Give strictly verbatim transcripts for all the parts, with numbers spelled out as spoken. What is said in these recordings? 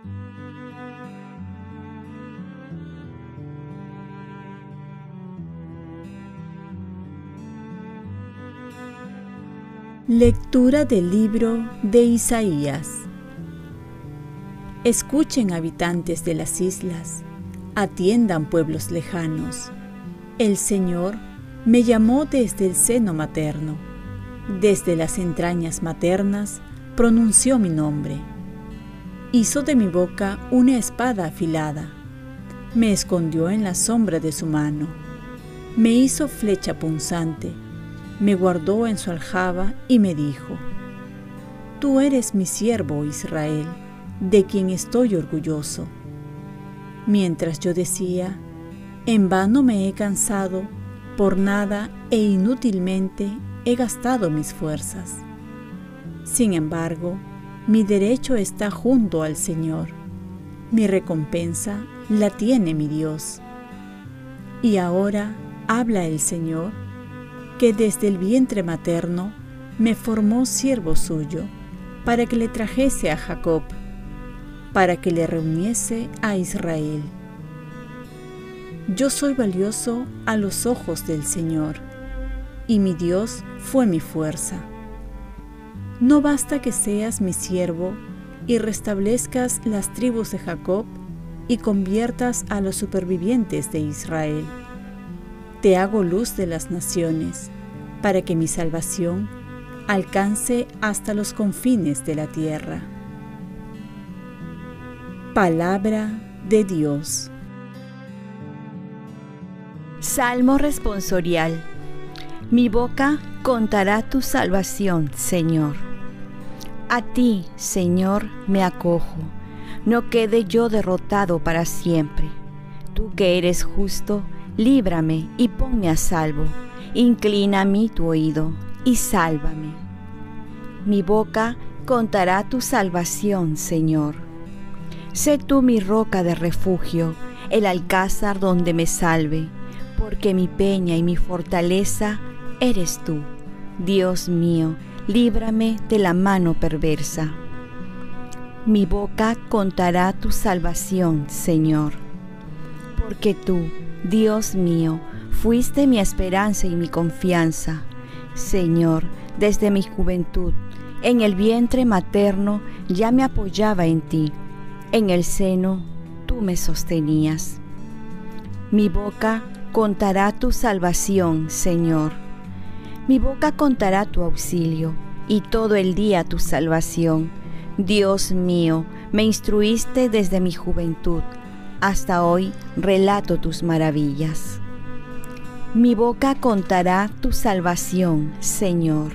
Lectura del libro de Isaías. Escuchen, habitantes de las islas, atiendan, pueblos lejanos. El Señor me llamó desde el seno materno, desde las entrañas maternas pronunció mi nombre. Hizo de mi boca una espada afilada, me escondió en la sombra de su mano, me hizo flecha punzante, me guardó en su aljaba y me dijo: Tú eres mi siervo, Israel, de quien estoy orgulloso. Mientras yo decía: En vano me he cansado, por nada e inútilmente he gastado mis fuerzas. Sin embargo, mi derecho está junto al Señor, mi recompensa la tiene mi Dios. Y ahora habla el Señor, que desde el vientre materno me formó siervo suyo, para que le trajese a Jacob, para que le reuniese a Israel. Yo soy valioso a los ojos del Señor, y mi Dios fue mi fuerza. No basta que seas mi siervo y restablezcas las tribus de Jacob y conviertas a los supervivientes de Israel. Te hago luz de las naciones, para que mi salvación alcance hasta los confines de la tierra. Palabra de Dios. Salmo responsorial. Mi boca contará tu salvación, Señor. A ti, Señor, me acojo. No quede yo derrotado para siempre. Tú que eres justo, líbrame y ponme a salvo. Inclina a mí tu oído y sálvame. Mi boca contará tu salvación, Señor. Sé tú mi roca de refugio, el alcázar donde me salve, porque mi peña y mi fortaleza eres tú. Dios mío, líbrame de la mano perversa. Mi boca contará tu salvación, Señor. Porque tú, Dios mío, fuiste mi esperanza y mi confianza. Señor, desde mi juventud, en el vientre materno ya me apoyaba en ti. En el seno tú me sostenías. Mi boca contará tu salvación, Señor. Mi boca contará tu auxilio, y todo el día tu salvación. Dios mío, me instruiste desde mi juventud, hasta hoy relato tus maravillas. Mi boca contará tu salvación, Señor.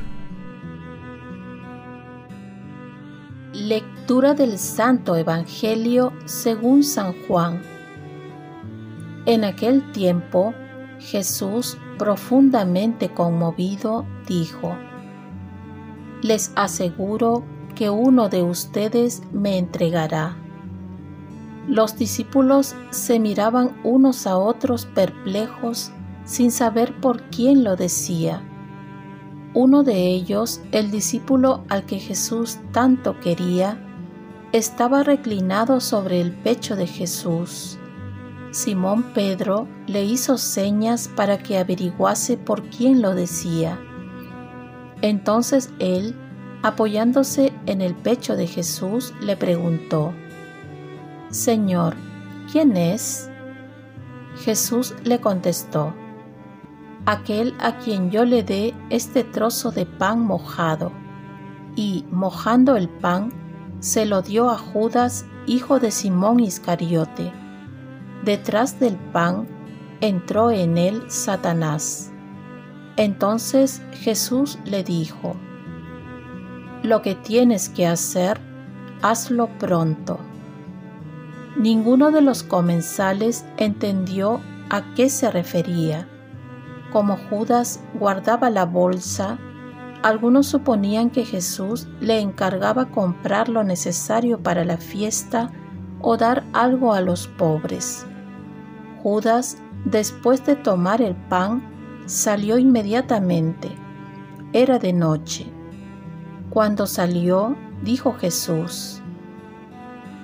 Lectura del Santo Evangelio según San Juan. En aquel tiempo, Jesús, profundamente conmovido, dijo: Les aseguro que uno de ustedes me entregará. Los discípulos se miraban unos a otros perplejos, sin saber por quién lo decía. Uno de ellos, el discípulo al que Jesús tanto quería, estaba reclinado sobre el pecho de Jesús. Simón Pedro le hizo señas para que averiguase por quién lo decía. Entonces él, apoyándose en el pecho de Jesús, le preguntó: Señor, ¿quién es? Jesús le contestó: Aquel a quien yo le dé este trozo de pan mojado. Y, mojando el pan, se lo dio a Judas, hijo de Simón Iscariote. Detrás del pan entró en él Satanás. Entonces Jesús le dijo: Lo que tienes que hacer, hazlo pronto. Ninguno de los comensales entendió a qué se refería. Como Judas guardaba la bolsa, algunos suponían que Jesús le encargaba comprar lo necesario para la fiesta o dar algo a los pobres. Judas, después de tomar el pan, salió inmediatamente. Era de noche. Cuando salió, dijo Jesús: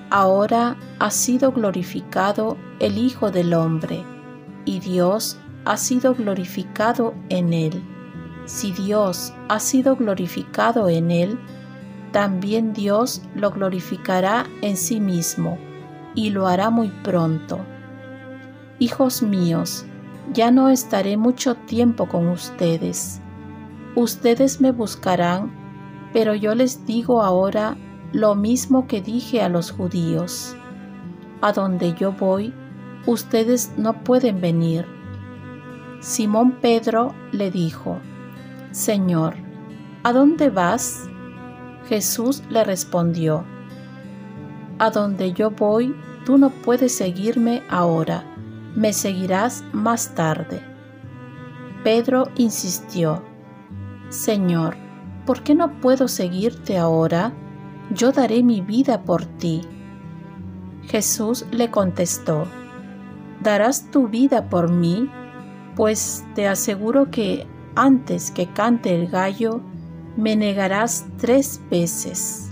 Ahora ha sido glorificado el Hijo del Hombre, y Dios ha sido glorificado en él. Si Dios ha sido glorificado en él, también Dios lo glorificará en sí mismo, y lo hará muy pronto. Hijos míos, ya no estaré mucho tiempo con ustedes. Ustedes me buscarán, pero yo les digo ahora lo mismo que dije a los judíos. A donde yo voy, ustedes no pueden venir. Simón Pedro le dijo: Señor, ¿a dónde vas? Jesús le respondió: A donde yo voy, tú no puedes seguirme ahora, me seguirás más tarde. Pedro insistió: Señor, ¿por qué no puedo seguirte ahora? Yo daré mi vida por ti. Jesús le contestó: ¿Darás tu vida por mí? Pues te aseguro que antes que cante el gallo, me negarás tres veces.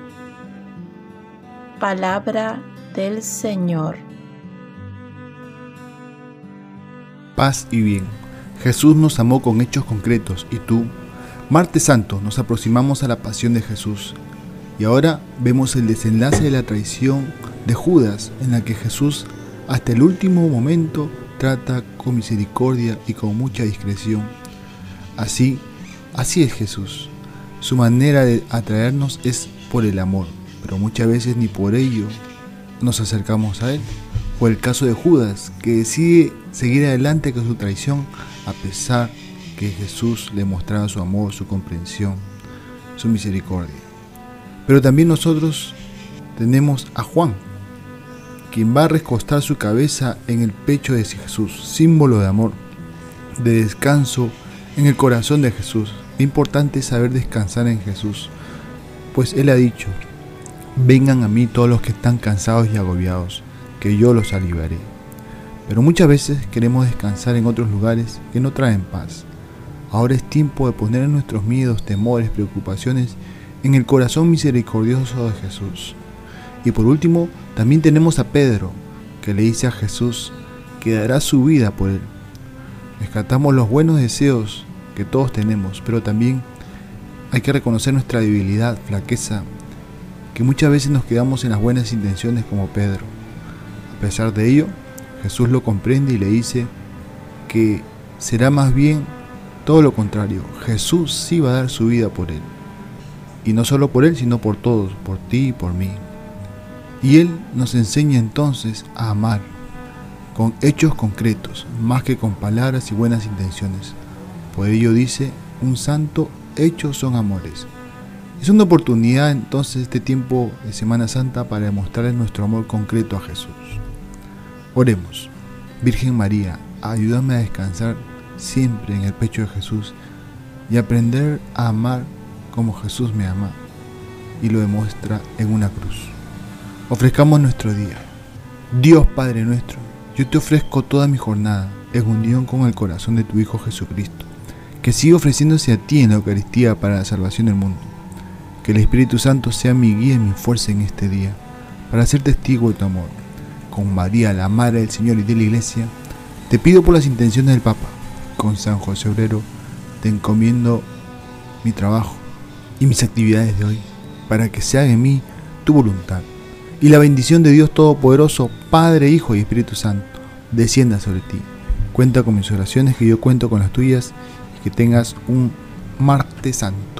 Palabra del Señor. Paz y bien. Jesús nos amó con hechos concretos y tú, martes santo, nos aproximamos a la pasión de Jesús. Y ahora vemos el desenlace de la traición de Judas, en la que Jesús hasta el último momento trata con misericordia y con mucha discreción. Así, así es Jesús. Su manera de atraernos es por el amor, pero muchas veces ni por ello nos acercamos a Él. Fue el caso de Judas, que decide seguir adelante con su traición, a pesar que Jesús le mostraba su amor, su comprensión, su misericordia. Pero también nosotros tenemos a Juan, quien va a recostar su cabeza en el pecho de Jesús, símbolo de amor, de descanso en el corazón de Jesús. Qué importante es saber descansar en Jesús, pues Él ha dicho: vengan a mí todos los que están cansados y agobiados, que yo los aliviaré. Pero muchas veces queremos descansar en otros lugares que no traen paz. Ahora es tiempo de poner nuestros miedos, temores, preocupaciones en el corazón misericordioso de Jesús. Y por último, también tenemos a Pedro, que le dice a Jesús que dará su vida por él. Rescatamos los buenos deseos que todos tenemos, pero también hay que reconocer nuestra debilidad, flaqueza, que muchas veces nos quedamos en las buenas intenciones como Pedro. A pesar de ello, Jesús lo comprende y le dice que será más bien todo lo contrario. Jesús sí va a dar su vida por él. Y no solo por él, sino por todos, por ti y por mí. Y Él nos enseña entonces a amar con hechos concretos, más que con palabras y buenas intenciones. Por ello dice: un santo hechos son amores. Es una oportunidad entonces este tiempo de Semana Santa para demostrarle nuestro amor concreto a Jesús. Oremos. Virgen María, ayúdame a descansar siempre en el pecho de Jesús y aprender a amar como Jesús me ama y lo demuestra en una cruz. Ofrezcamos nuestro día. Dios Padre nuestro, yo te ofrezco toda mi jornada en unión con el corazón de tu Hijo Jesucristo, que sigue ofreciéndose a ti en la Eucaristía para la salvación del mundo. Que el Espíritu Santo sea mi guía y mi fuerza en este día, para ser testigo de tu amor. Con María, la Madre del Señor y de la Iglesia, te pido por las intenciones del Papa. Con San José Obrero, te encomiendo mi trabajo y mis actividades de hoy, para que se haga en mí tu voluntad. Y la bendición de Dios Todopoderoso, Padre, Hijo y Espíritu Santo, descienda sobre ti. Cuenta con mis oraciones, que yo cuento con las tuyas, y que tengas un martes santo.